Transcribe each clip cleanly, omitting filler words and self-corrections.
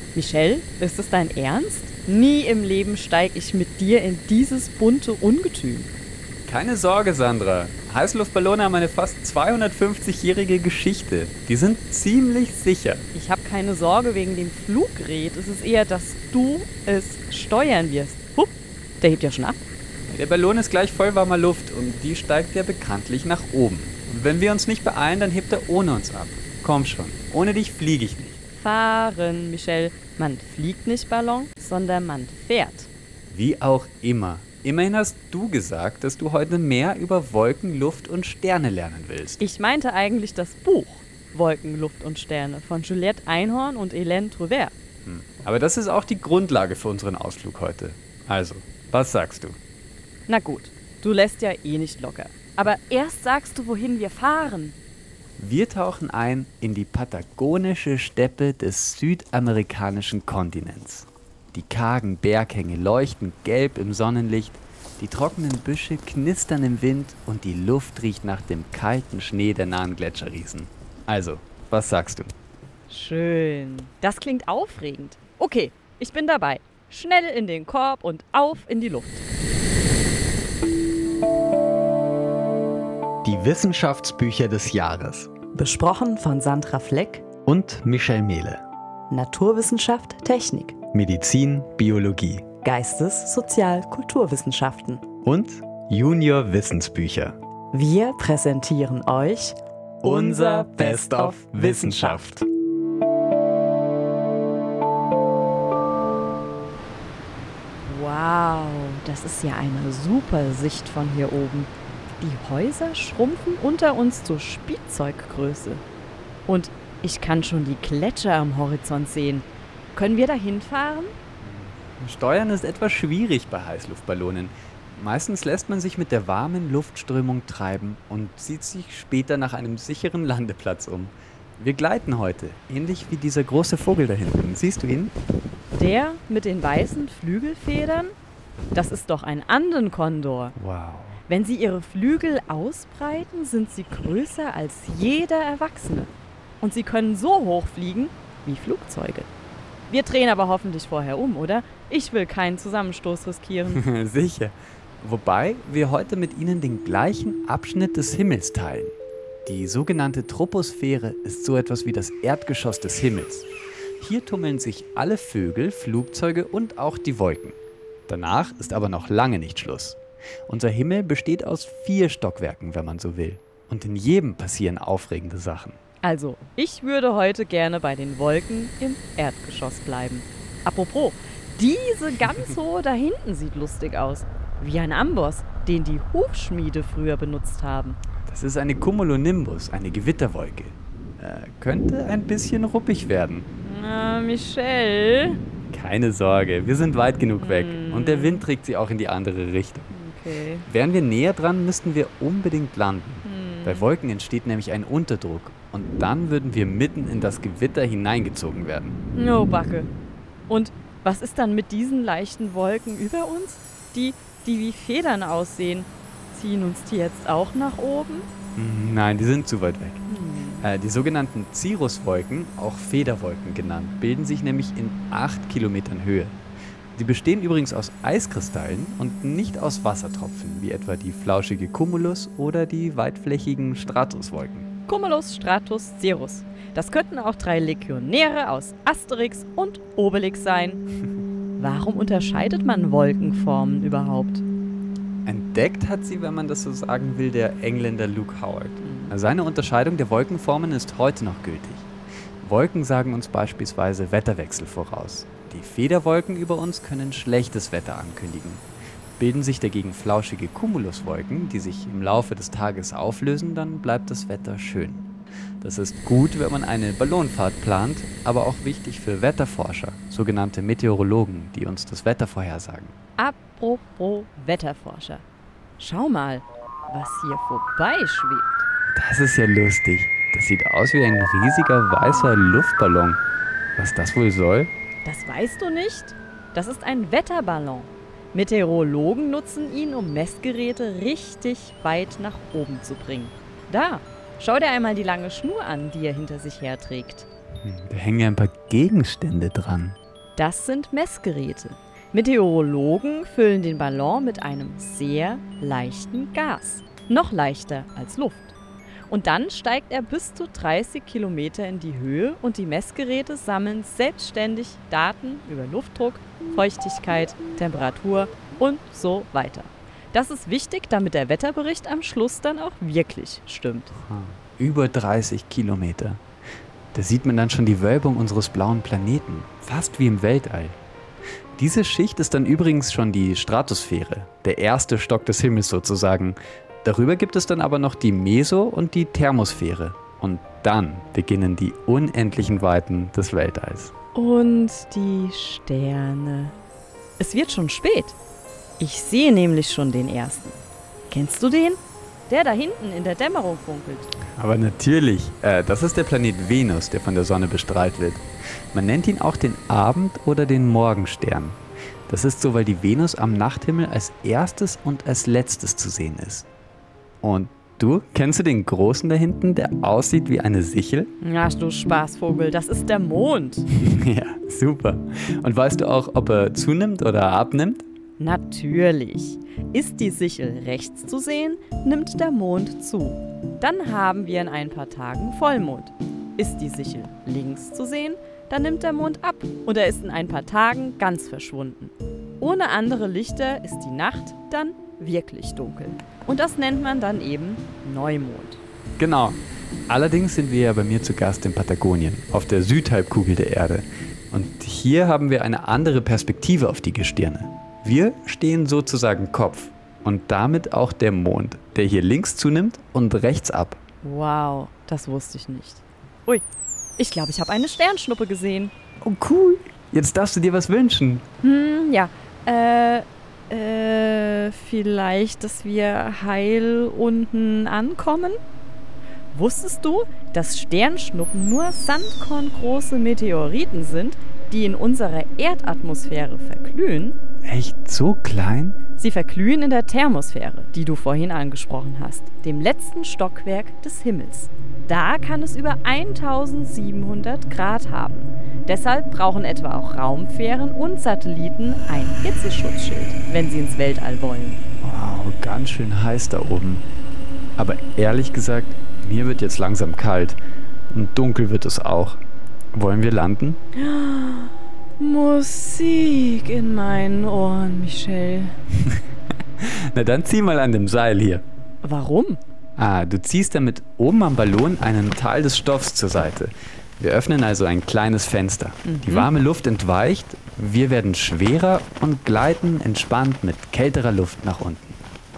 Michelle, ist es dein Ernst? Nie im Leben steige ich mit dir in dieses bunte Ungetüm. Keine Sorge, Sandra. Heißluftballone haben eine fast 250-jährige Geschichte. Die sind ziemlich sicher. Ich habe keine Sorge wegen dem Fluggerät. Es ist eher, dass du es steuern wirst. Hup, der hebt ja schon ab. Der Ballon ist gleich voll warmer Luft und die steigt ja bekanntlich nach oben. Und wenn wir uns nicht beeilen, dann hebt er ohne uns ab. Komm schon, ohne dich fliege ich nicht. Fahren, Michelle. Man fliegt nicht Ballon, sondern man fährt. Wie auch immer. Immerhin hast du gesagt, dass du heute mehr über Wolken, Luft und Sterne lernen willst. Ich meinte eigentlich das Buch Wolken, Luft und Sterne von Juliette Einhorn und Hélène Trouvert. Aber das ist auch die Grundlage für unseren Ausflug heute. Also, was sagst du? Na gut, du lässt ja eh nicht locker. Aber erst sagst du, wohin wir fahren. Wir tauchen ein in die patagonische Steppe des südamerikanischen Kontinents. Die kargen Berghänge leuchten gelb im Sonnenlicht, die trockenen Büsche knistern im Wind und die Luft riecht nach dem kalten Schnee der nahen Gletscherriesen. Also, was sagst du? Schön. Das klingt aufregend. Okay, ich bin dabei. Schnell in den Korb und auf in die Luft. Die Wissenschaftsbücher des Jahres. Besprochen von Sandra Fleck Und Michelle Mehle. Naturwissenschaft, Technik, Medizin, Biologie. Geistes-, Sozial-, Kulturwissenschaften. Und Junior Wissensbücher. Wir präsentieren euch Unser Best of Wissenschaft. Wow, das ist ja eine super Sicht von hier oben. Die Häuser schrumpfen unter uns zur Spielzeuggröße. Und ich kann schon die Gletscher am Horizont sehen. Können wir da hinfahren? Steuern ist etwas schwierig bei Heißluftballonen. Meistens lässt man sich mit der warmen Luftströmung treiben und zieht sich später nach einem sicheren Landeplatz um. Wir gleiten heute, ähnlich wie dieser große Vogel da hinten. Siehst du ihn? Der mit den weißen Flügelfedern? Das ist doch ein Andenkondor. Wow. Wenn sie ihre Flügel ausbreiten, sind sie größer als jeder Erwachsene. Und sie können so hoch fliegen wie Flugzeuge. Wir drehen aber hoffentlich vorher um, oder? Ich will keinen Zusammenstoß riskieren. Sicher. Wobei wir heute mit Ihnen den gleichen Abschnitt des Himmels teilen. Die sogenannte Troposphäre ist so etwas wie das Erdgeschoss des Himmels. Hier tummeln sich alle Vögel, Flugzeuge und auch die Wolken. Danach ist aber noch lange nicht Schluss. Unser Himmel besteht aus 4 Stockwerken, wenn man so will. Und in jedem passieren aufregende Sachen. Also, ich würde heute gerne bei den Wolken im Erdgeschoss bleiben. Apropos, diese ganz hohe da hinten sieht lustig aus. Wie ein Amboss, den die Hufschmiede früher benutzt haben. Das ist eine Cumulonimbus, eine Gewitterwolke. Könnte ein bisschen ruppig werden. Michelle. Keine Sorge, wir sind weit genug weg. Und der Wind trägt sie auch in die andere Richtung. Okay. Wären wir näher dran, müssten wir unbedingt landen. Bei Wolken entsteht nämlich ein Unterdruck. Und dann würden wir mitten in das Gewitter hineingezogen werden. No, Backe. Und was ist dann mit diesen leichten Wolken über uns? Die wie Federn aussehen. Ziehen uns die jetzt auch nach oben? Nein, die sind zu weit weg. Die sogenannten Cirruswolken, auch Federwolken genannt, bilden sich nämlich in 8 Kilometern Höhe. Sie bestehen übrigens aus Eiskristallen und nicht aus Wassertropfen, wie etwa die flauschige Cumulus oder die weitflächigen Stratuswolken. Cumulus, Stratus, Cirrus. Das könnten auch 3 Legionäre aus Asterix und Obelix sein. Warum unterscheidet man Wolkenformen überhaupt? Entdeckt hat sie, wenn man das so sagen will, der Engländer Luke Howard. Seine Unterscheidung der Wolkenformen ist heute noch gültig. Wolken sagen uns beispielsweise Wetterwechsel voraus. Die Federwolken über uns können schlechtes Wetter ankündigen. Bilden sich dagegen flauschige Cumuluswolken, die sich im Laufe des Tages auflösen, dann bleibt das Wetter schön. Das ist gut, wenn man eine Ballonfahrt plant, aber auch wichtig für Wetterforscher, sogenannte Meteorologen, die uns das Wetter vorhersagen. Apropos Wetterforscher. Schau mal, was hier vorbeischwebt. Das ist ja lustig. Das sieht aus wie ein riesiger weißer Luftballon. Was das wohl soll? Das weißt du nicht? Das ist ein Wetterballon. Meteorologen nutzen ihn, um Messgeräte richtig weit nach oben zu bringen. Da, schau dir einmal die lange Schnur an, die er hinter sich herträgt. Da hängen ja ein paar Gegenstände dran. Das sind Messgeräte. Meteorologen füllen den Ballon mit einem sehr leichten Gas. Noch leichter als Luft. Und dann steigt er bis zu 30 Kilometer in die Höhe und die Messgeräte sammeln selbstständig Daten über Luftdruck, Feuchtigkeit, Temperatur und so weiter. Das ist wichtig, damit der Wetterbericht am Schluss dann auch wirklich stimmt. Über 30 Kilometer. Da sieht man dann schon die Wölbung unseres blauen Planeten. Fast wie im Weltall. Diese Schicht ist dann übrigens schon die Stratosphäre, der erste Stock des Himmels sozusagen. Darüber gibt es dann aber noch die Meso- und die Thermosphäre. Und dann beginnen die unendlichen Weiten des Weltalls. Und die Sterne. Es wird schon spät. Ich sehe nämlich schon den ersten. Kennst du den? Der da hinten in der Dämmerung funkelt. Aber natürlich, das ist der Planet Venus, der von der Sonne bestrahlt wird. Man nennt ihn auch den Abend- oder den Morgenstern. Das ist so, weil die Venus am Nachthimmel als erstes und als letztes zu sehen ist. Und du, kennst du den Großen da hinten, der aussieht wie eine Sichel? Ach du Spaßvogel, das ist der Mond. Ja, super. Und weißt du auch, ob er zunimmt oder abnimmt? Natürlich. Ist die Sichel rechts zu sehen, nimmt der Mond zu. Dann haben wir in ein paar Tagen Vollmond. Ist die Sichel links zu sehen, dann nimmt der Mond ab und er ist in ein paar Tagen ganz verschwunden. Ohne andere Lichter ist die Nacht dann wirklich dunkel. Und das nennt man dann eben Neumond. Genau. Allerdings sind wir ja bei mir zu Gast in Patagonien, auf der Südhalbkugel der Erde. Und hier haben wir eine andere Perspektive auf die Gestirne. Wir stehen sozusagen Kopf und damit auch der Mond, der hier links zunimmt und rechts ab. Wow, das wusste ich nicht. Ui, ich glaube, ich habe eine Sternschnuppe gesehen. Oh cool, jetzt darfst du dir was wünschen. Ja, vielleicht, dass wir heil unten ankommen? Wusstest du, dass Sternschnuppen nur sandkorngroße Meteoriten sind, die in unserer Erdatmosphäre verglühen? Echt so klein? Sie verglühen in der Thermosphäre, die du vorhin angesprochen hast, dem letzten Stockwerk des Himmels. Da kann es über 1700 Grad haben. Deshalb brauchen etwa auch Raumfähren und Satelliten ein Hitzeschutzschild, wenn sie ins Weltall wollen. Wow, ganz schön heiß da oben. Aber ehrlich gesagt, mir wird jetzt langsam kalt. Und dunkel wird es auch. Wollen wir landen? Musik in meinen Ohren, Michel. Na dann zieh mal an dem Seil hier. Warum? Du ziehst damit oben am Ballon einen Teil des Stoffs zur Seite. Wir öffnen also ein kleines Fenster. Die warme Luft entweicht, wir werden schwerer und gleiten entspannt mit kälterer Luft nach unten.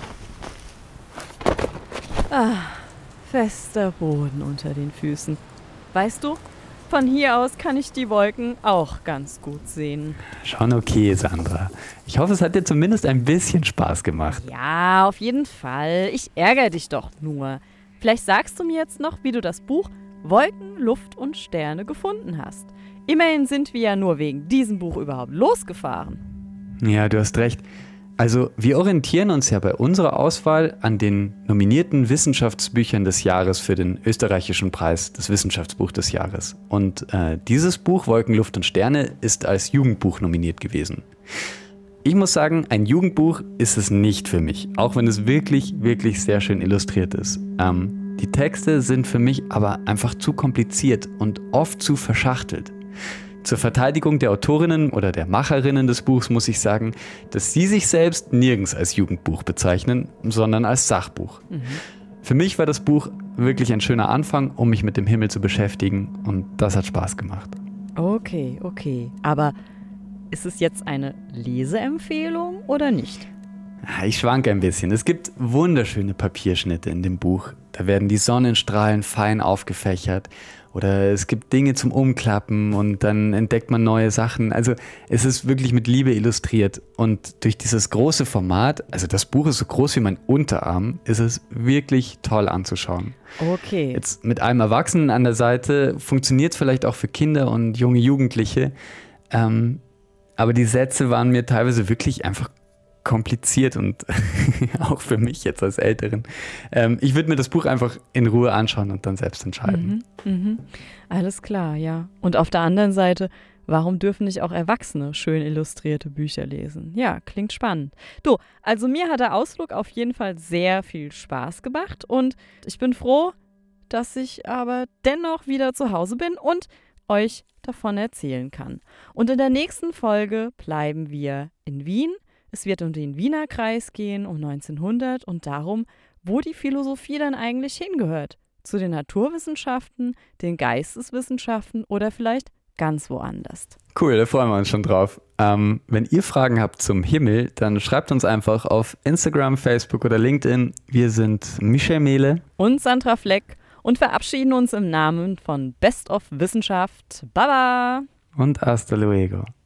Fester Boden unter den Füßen. Weißt du, von hier aus kann ich die Wolken auch ganz gut sehen. Schon okay, Sandra. Ich hoffe, es hat dir zumindest ein bisschen Spaß gemacht. Ja, auf jeden Fall. Ich ärgere dich doch nur. Vielleicht sagst du mir jetzt noch, wie du das Buch Wolken, Luft und Sterne gefunden hast. Immerhin sind wir ja nur wegen diesem Buch überhaupt losgefahren. Ja, du hast recht. Also, wir orientieren uns ja bei unserer Auswahl an den nominierten Wissenschaftsbüchern des Jahres für den österreichischen Preis, das Wissenschaftsbuch des Jahres. Und dieses Buch, Wolken, Luft und Sterne, ist als Jugendbuch nominiert gewesen. Ich muss sagen, ein Jugendbuch ist es nicht für mich, auch wenn es wirklich, wirklich sehr schön illustriert ist. Die Texte sind für mich aber einfach zu kompliziert und oft zu verschachtelt. Zur Verteidigung der Autorinnen oder der Macherinnen des Buchs muss ich sagen, dass sie sich selbst nirgends als Jugendbuch bezeichnen, sondern als Sachbuch. Für mich war das Buch wirklich ein schöner Anfang, um mich mit dem Himmel zu beschäftigen, und das hat Spaß gemacht. Okay. Aber ist es jetzt eine Leseempfehlung oder nicht? Ich schwanke ein bisschen. Es gibt wunderschöne Papierschnitte in dem Buch. Da werden die Sonnenstrahlen fein aufgefächert. Oder es gibt Dinge zum Umklappen und dann entdeckt man neue Sachen. Also es ist wirklich mit Liebe illustriert. Und durch dieses große Format, also das Buch ist so groß wie mein Unterarm, ist es wirklich toll anzuschauen. Okay. Jetzt mit einem Erwachsenen an der Seite funktioniert es vielleicht auch für Kinder und junge Jugendliche. Aber die Sätze waren mir teilweise wirklich einfach kompliziert und auch für mich jetzt als Älteren. Ich würde mir das Buch einfach in Ruhe anschauen und dann selbst entscheiden. Alles klar, ja. Und auf der anderen Seite, warum dürfen nicht auch Erwachsene schön illustrierte Bücher lesen? Ja, klingt spannend. Du, also mir hat der Ausflug auf jeden Fall sehr viel Spaß gemacht und ich bin froh, dass ich aber dennoch wieder zu Hause bin und euch davon erzählen kann. Und in der nächsten Folge bleiben wir in Wien. Es wird um den Wiener Kreis gehen, um 1900 und darum, wo die Philosophie dann eigentlich hingehört. Zu den Naturwissenschaften, den Geisteswissenschaften oder vielleicht ganz woanders. Cool, da freuen wir uns schon drauf. Wenn ihr Fragen habt zum Himmel, dann schreibt uns einfach auf Instagram, Facebook oder LinkedIn. Wir sind Michel Mehle und Sandra Fleck und verabschieden uns im Namen von Best of Wissenschaft. Baba! Und hasta luego.